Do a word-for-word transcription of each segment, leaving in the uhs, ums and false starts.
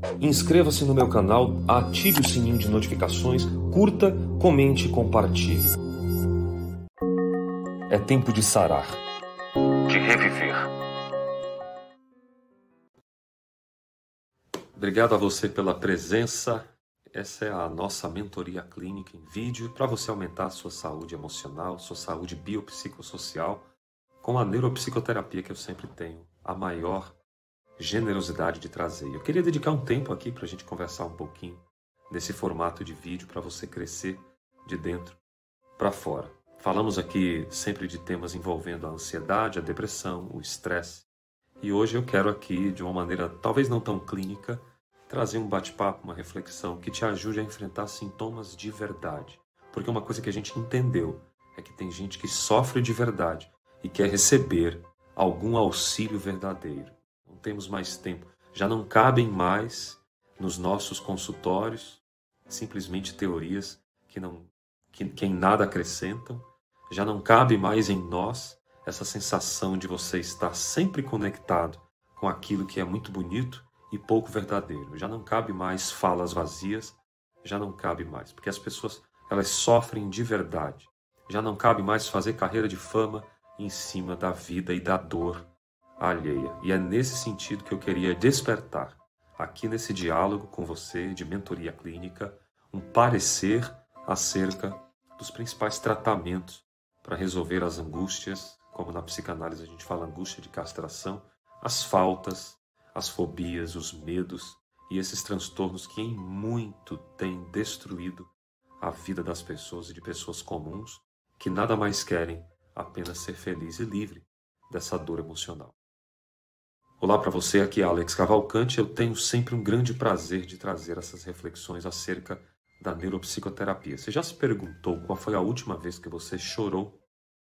Inscreva-se no meu canal, ative o sininho de notificações, curta, comente e compartilhe. É tempo de sarar, de reviver. Obrigado a você pela presença. Essa é a nossa mentoria clínica em vídeo para você aumentar a sua saúde emocional, sua saúde biopsicossocial, com a neuropsicoterapia que eu sempre tenho a maior generosidade de trazer. Eu queria dedicar um tempo aqui para a gente conversar um pouquinho nesse formato de vídeo para você crescer de dentro para fora. Falamos aqui sempre de temas envolvendo a ansiedade, a depressão, o estresse. E hoje eu quero aqui, de uma maneira talvez não tão clínica, trazer um bate-papo, uma reflexão que te ajude a enfrentar sintomas de verdade. Porque uma coisa que a gente entendeu é que tem gente que sofre de verdade e quer receber algum auxílio verdadeiro. Não temos mais tempo. Já não cabem mais nos nossos consultórios simplesmente teorias que, não, que, que em nada acrescentam. Já não cabe mais em nós essa sensação de você estar sempre conectado com aquilo que é muito bonito e pouco verdadeiro. Já não cabe mais falas vazias, já não cabe mais, porque as pessoas elas sofrem de verdade. Já não cabe mais fazer carreira de fama em cima da vida e da dor alheia. E é nesse sentido que eu queria despertar, aqui nesse diálogo com você de mentoria clínica, um parecer acerca dos principais tratamentos para resolver as angústias, como na psicanálise a gente fala angústia de castração, as faltas, as fobias, os medos e esses transtornos que em muito têm destruído a vida das pessoas e de pessoas comuns que nada mais querem apenas ser feliz e livre dessa dor emocional. Olá para você, aqui é Alex Cavalcante. Eu tenho sempre um grande prazer de trazer essas reflexões acerca da neuropsicoterapia. Você já se perguntou qual foi a última vez que você chorou?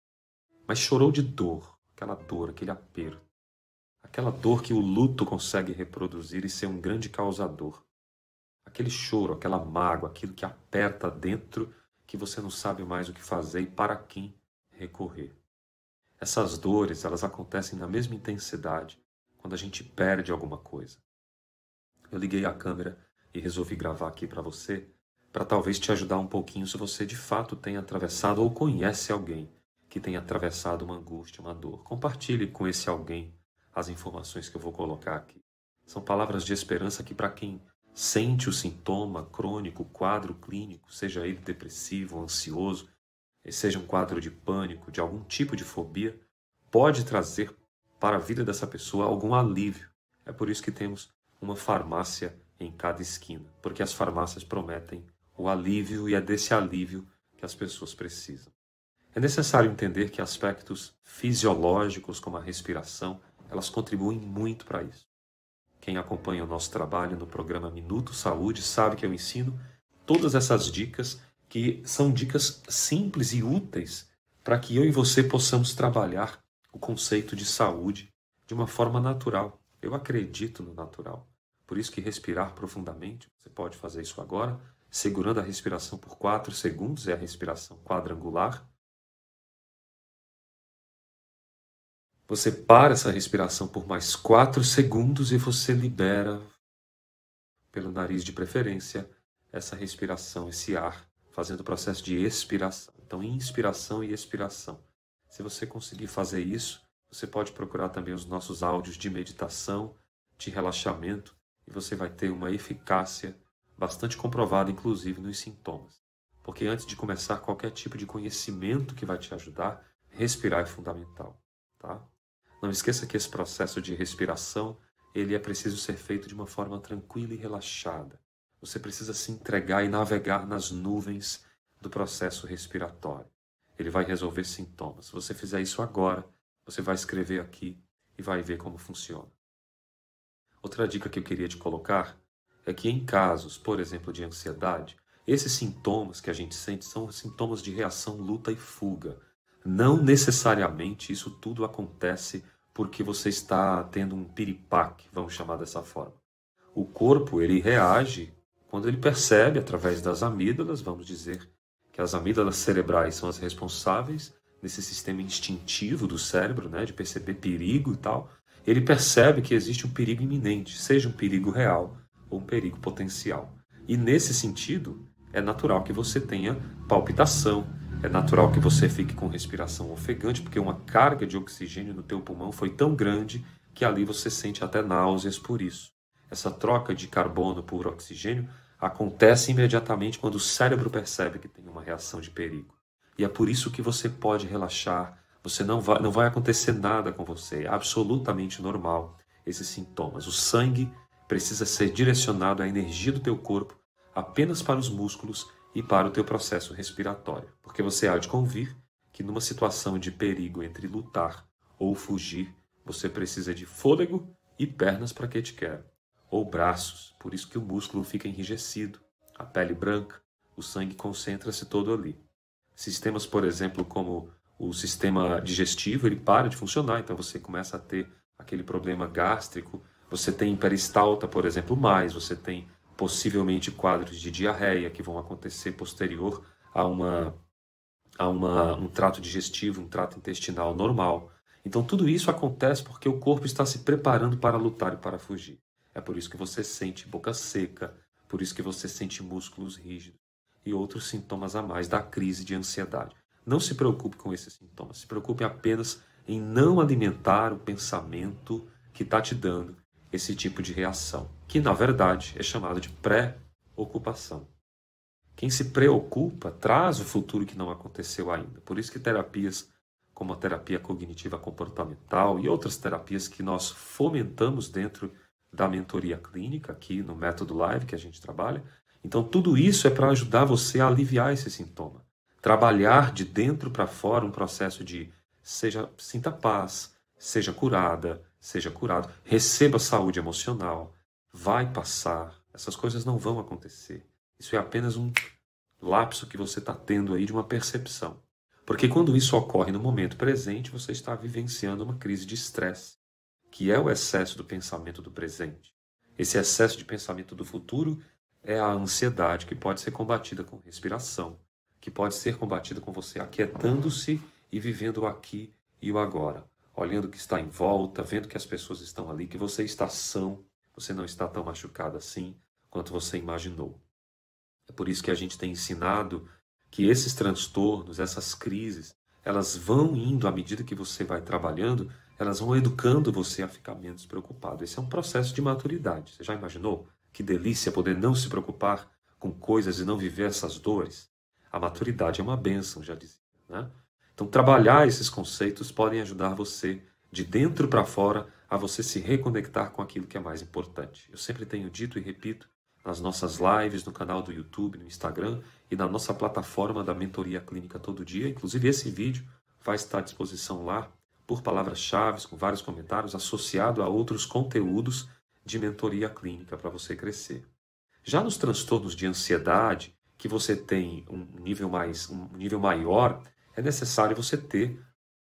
Mas chorou de dor, aquela dor, aquele aperto. Aquela dor que o luto consegue reproduzir e ser um grande causador. Aquele choro, aquela mágoa, aquilo que aperta dentro, que você não sabe mais o que fazer e para quem recorrer. Essas dores, elas acontecem na mesma intensidade quando a gente perde alguma coisa. Eu liguei a câmera e resolvi gravar aqui para você, para talvez te ajudar um pouquinho se você de fato tem atravessado ou conhece alguém que tenha atravessado uma angústia, uma dor. Compartilhe com esse alguém as informações que eu vou colocar aqui. São palavras de esperança que para quem sente o sintoma crônico, quadro clínico, seja ele depressivo, ansioso, seja um quadro de pânico, de algum tipo de fobia, pode trazer para a vida dessa pessoa algum alívio. É por isso que temos uma farmácia em cada esquina, porque as farmácias prometem o alívio e é desse alívio que as pessoas precisam. É necessário entender que aspectos fisiológicos, como a respiração, elas contribuem muito para isso. Quem acompanha o nosso trabalho no programa Minuto Saúde sabe que eu ensino todas essas dicas, que são dicas simples e úteis para que eu e você possamos trabalhar o conceito de saúde de uma forma natural. Eu acredito no natural. Por isso que respirar profundamente, você pode fazer isso agora, segurando a respiração por quatro segundos, é a respiração quadrangular. Você para essa respiração por mais quatro segundos e você libera, pelo nariz de preferência, essa respiração, esse ar, fazendo o processo de expiração. Então, inspiração e expiração. Se você conseguir fazer isso, você pode procurar também os nossos áudios de meditação, de relaxamento, e você vai ter uma eficácia bastante comprovada, inclusive nos sintomas. Porque antes de começar qualquer tipo de conhecimento que vai te ajudar, respirar é fundamental, tá? Não esqueça que esse processo de respiração, ele é preciso ser feito de uma forma tranquila e relaxada. Você precisa se entregar e navegar nas nuvens do processo respiratório. Ele vai resolver sintomas. Se você fizer isso agora, você vai escrever aqui e vai ver como funciona. Outra dica que eu queria te colocar é que em casos, por exemplo, de ansiedade, esses sintomas que a gente sente são sintomas de reação luta e fuga. Não necessariamente isso tudo acontece porque você está tendo um piripaque, vamos chamar dessa forma. O corpo, ele reage quando ele percebe, através das amígdalas, vamos dizer, que as amígdalas cerebrais são as responsáveis nesse sistema instintivo do cérebro, né, de perceber perigo e tal. Ele percebe que existe um perigo iminente, seja um perigo real, ou um perigo potencial. E nesse sentido, é natural que você tenha palpitação, é natural que você fique com respiração ofegante, porque uma carga de oxigênio no teu pulmão foi tão grande que ali você sente até náuseas por isso. Essa troca de carbono por oxigênio acontece imediatamente quando o cérebro percebe que tem uma reação de perigo. E é por isso que você pode relaxar, você não vai, não vai acontecer nada com você, é absolutamente normal esses sintomas. O sangue precisa ser direcionado à energia do teu corpo apenas para os músculos e para o teu processo respiratório, porque você há de convir que numa situação de perigo entre lutar ou fugir, você precisa de fôlego e pernas para que te quer, ou braços, por isso que o músculo fica enrijecido, a pele branca, o sangue concentra-se todo ali. Sistemas, por exemplo, como o sistema digestivo, ele para de funcionar, então você começa a ter aquele problema gástrico, você tem peristalta, por exemplo, mais, você tem possivelmente quadros de diarreia que vão acontecer posterior a, uma, a uma, um trato digestivo, um trato intestinal normal. Então tudo isso acontece porque o corpo está se preparando para lutar e para fugir. É por isso que você sente boca seca, por isso que você sente músculos rígidos e outros sintomas a mais da crise de ansiedade. Não se preocupe com esses sintomas, se preocupe apenas em não alimentar o pensamento que está te dando esse tipo de reação, que na verdade é chamado de pré-ocupação. Quem se preocupa traz o futuro que não aconteceu ainda. Por isso que terapias como a terapia cognitiva comportamental e outras terapias que nós fomentamos dentro da mentoria clínica, aqui no Método Live que a gente trabalha, então tudo isso é para ajudar você a aliviar esse sintoma. Trabalhar de dentro para fora um processo de seja sinta paz, seja curada, seja curado, receba saúde emocional, vai passar, essas coisas não vão acontecer. Isso é apenas um lapso que você está tendo aí de uma percepção. Porque quando isso ocorre no momento presente, você está vivenciando uma crise de estresse, que é o excesso do pensamento do presente. Esse excesso de pensamento do futuro é a ansiedade que pode ser combatida com respiração, que pode ser combatida com você aquietando-se e vivendo o aqui e o agora, olhando o que está em volta, vendo que as pessoas estão ali, que você está são, você não está tão machucado assim quanto você imaginou. É por isso que a gente tem ensinado que esses transtornos, essas crises, elas vão indo à medida que você vai trabalhando, elas vão educando você a ficar menos preocupado. Esse é um processo de maturidade. Você já imaginou? Que delícia poder não se preocupar com coisas e não viver essas dores. A maturidade é uma bênção, já dizia, né? Então, trabalhar esses conceitos podem ajudar você, de dentro para fora, a você se reconectar com aquilo que é mais importante. Eu sempre tenho dito e repito nas nossas lives, no canal do YouTube, no Instagram e na nossa plataforma da Mentoria Clínica Todo Dia. Inclusive, esse vídeo vai estar à disposição lá por palavras-chave, com vários comentários, associado a outros conteúdos de mentoria clínica para você crescer. Já nos transtornos de ansiedade, que você tem um nível, mais, um nível maior, é necessário você ter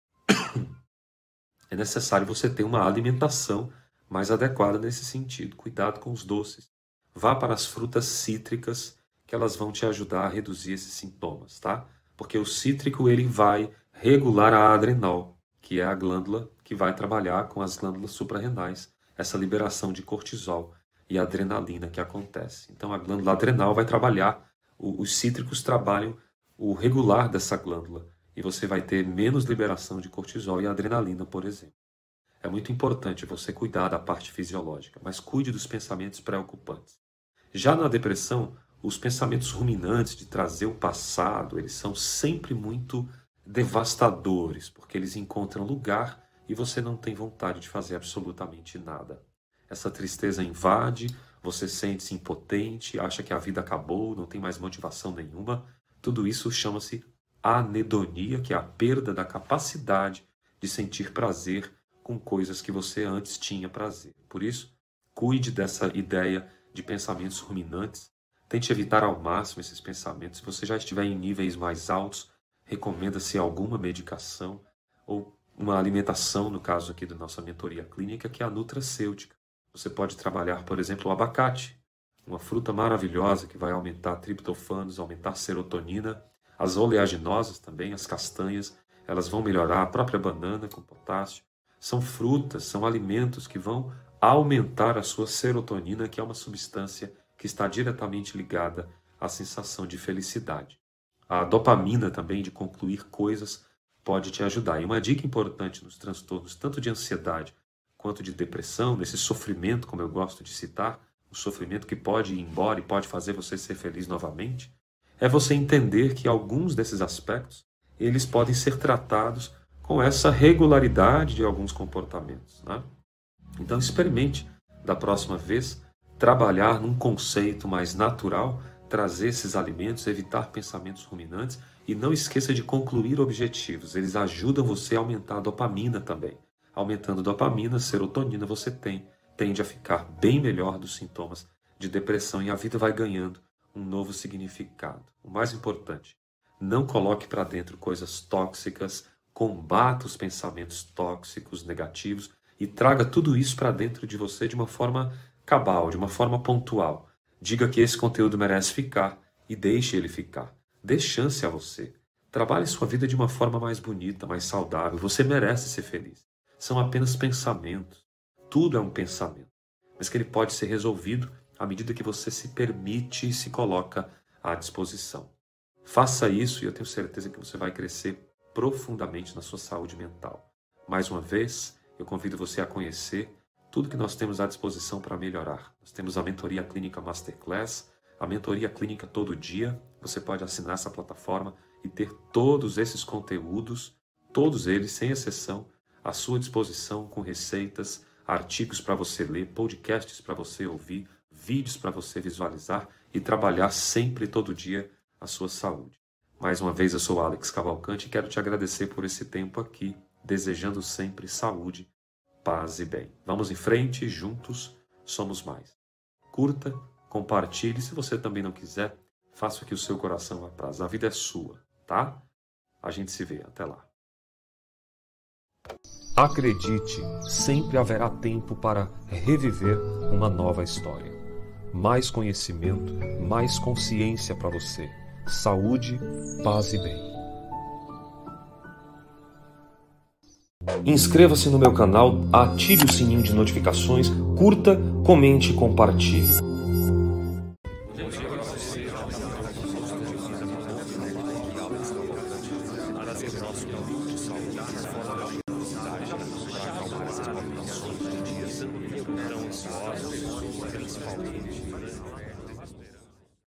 é necessário você ter uma alimentação mais adequada nesse sentido. Cuidado com os doces. Vá para as frutas cítricas, que elas vão te ajudar a reduzir esses sintomas, tá? Porque o cítrico ele vai regular a adrenal, que é a glândula que vai trabalhar com as glândulas suprarrenais, essa liberação de cortisol e adrenalina que acontece. Então a glândula adrenal vai trabalhar, os cítricos trabalham o regular dessa glândula e você vai ter menos liberação de cortisol e adrenalina, por exemplo. É muito importante você cuidar da parte fisiológica, mas cuide dos pensamentos preocupantes. Já na depressão, os pensamentos ruminantes de trazer o passado, eles são sempre muito devastadores, porque eles encontram lugar e você não tem vontade de fazer absolutamente nada. Essa tristeza invade, você sente-se impotente, acha que a vida acabou, não tem mais motivação nenhuma. Tudo isso chama-se anedonia, que é a perda da capacidade de sentir prazer com coisas que você antes tinha prazer. Por isso, cuide dessa ideia de pensamentos ruminantes. Tente evitar ao máximo esses pensamentos. Se você já estiver em níveis mais altos, recomenda-se alguma medicação ou uma alimentação, no caso aqui da nossa mentoria clínica, que é a nutracêutica. Você pode trabalhar, por exemplo, o abacate, uma fruta maravilhosa que vai aumentar triptofanos, aumentar serotonina. As oleaginosas também, as castanhas, elas vão melhorar, a própria banana com potássio. São frutas, são alimentos que vão aumentar a sua serotonina, que é uma substância que está diretamente ligada à sensação de felicidade. A dopamina também, de concluir coisas, pode te ajudar. E uma dica importante nos transtornos, tanto de ansiedade quanto de depressão, nesse sofrimento, como eu gosto de citar, o sofrimento que pode ir embora e pode fazer você ser feliz novamente, é você entender que alguns desses aspectos, eles podem ser tratados com essa regularidade de alguns comportamentos, né? Então experimente, da próxima vez, trabalhar num conceito mais natural, trazer esses alimentos, evitar pensamentos ruminantes e não esqueça de concluir objetivos. Eles ajudam você a aumentar a dopamina também. Aumentando dopamina, serotonina, você tem, tende a ficar bem melhor dos sintomas de depressão e a vida vai ganhando um novo significado. O mais importante, não coloque para dentro coisas tóxicas, combata os pensamentos tóxicos, negativos e traga tudo isso para dentro de você de uma forma cabal, de uma forma pontual. Diga que esse conteúdo merece ficar e deixe ele ficar. Dê chance a você. Trabalhe sua vida de uma forma mais bonita, mais saudável. Você merece ser feliz. São apenas pensamentos. Tudo é um pensamento, mas que ele pode ser resolvido à medida que você se permite e se coloca à disposição. Faça isso e eu tenho certeza que você vai crescer profundamente na sua saúde mental. Mais uma vez, eu convido você a conhecer tudo que nós temos à disposição para melhorar. Nós temos a Mentoria Clínica Masterclass, a Mentoria Clínica Todo Dia. Você pode assinar essa plataforma e ter todos esses conteúdos, todos eles, sem exceção, à sua disposição, com receitas, artigos para você ler, podcasts para você ouvir, vídeos para você visualizar e trabalhar sempre, todo dia, a sua saúde. Mais uma vez, eu sou Alex Cavalcante e quero te agradecer por esse tempo aqui, desejando sempre saúde, paz e bem. Vamos em frente, juntos somos mais. Curta, compartilhe, se você também não quiser, faça o que o seu coração apraz. A vida é sua, tá? A gente se vê, até lá. Acredite, sempre haverá tempo para reviver uma nova história. Mais conhecimento, mais consciência para você. Saúde, paz e bem. Inscreva-se no meu canal, ative o sininho de notificações, curta, comente e compartilhe. Principalmente